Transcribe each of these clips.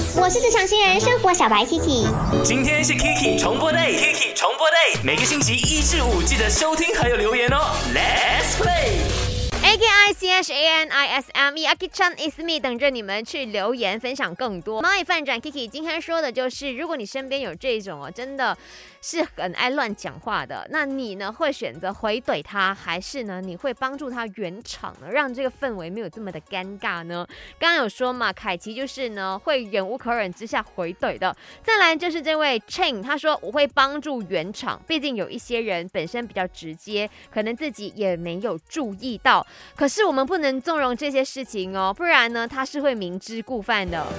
我是职场新人生活小白 Kiki。 今天是 Kiki 重播 day，Kiki 重播 day， 每个星期1至5记得收听还有留言哦。Let's play。AKICHANISME Aki-chan is me， 等着你们去留言分享更多。蚂蚁饭长 Kiki 今天说的就是，如果你身边有这种真的是很爱乱讲话的，那你呢会选择回怼他，还是呢你会帮助他圆场呢，让这个氛围没有这么的尴尬呢？刚刚有说嘛，凯奇就是呢会忍无可忍之下回怼的。再来就是这位 Chain， 他说我会帮助圆场，毕竟有一些人本身比较直接，可能自己也没有注意到。可是我们不能纵容这些事情哦，不然呢他是会明知故犯的。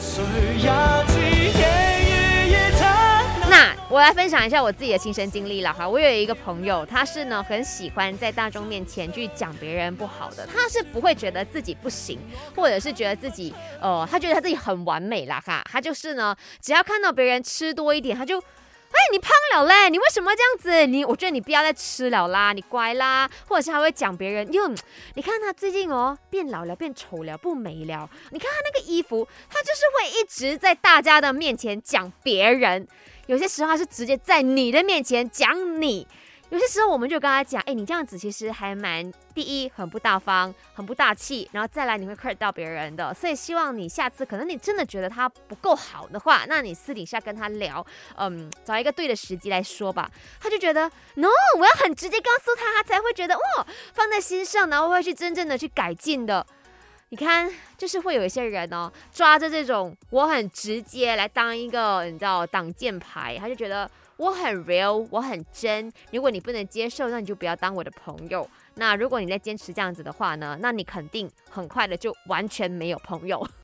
那我来分享一下我自己的亲身经历啦哈，我有一个朋友，他是呢很喜欢在大众面前去讲别人不好的，他是不会觉得自己不行，或者是觉得自己他觉得他自己很完美啦哈，他就是呢只要看到别人吃多一点，他就你胖了嘞，你为什么这样子？我觉得你不要再吃了啦，你乖啦，或者是还会讲别人，你看他最近变老了，变丑了，不美了。你看他那个衣服，他就是会一直在大家的面前讲别人，有些时候他是直接在你的面前讲你。有些时候我们就跟他讲，你这样子其实还蛮，第一很不大方，很不大气，然后再来你会 hurt 到别人的，所以希望你下次可能你真的觉得他不够好的话，那你私底下跟他聊，找一个对的时机来说吧。他就觉得 no， 我要很直接告诉他，他才会觉得放在心上，然后会去真正的去改进的。你看，就是会有一些人抓着这种我很直接来当一个你知道挡箭牌，他就觉得我很 real， 我很真。如果你不能接受，那你就不要当我的朋友。那如果你在坚持这样子的话呢，那你肯定很快的就完全没有朋友。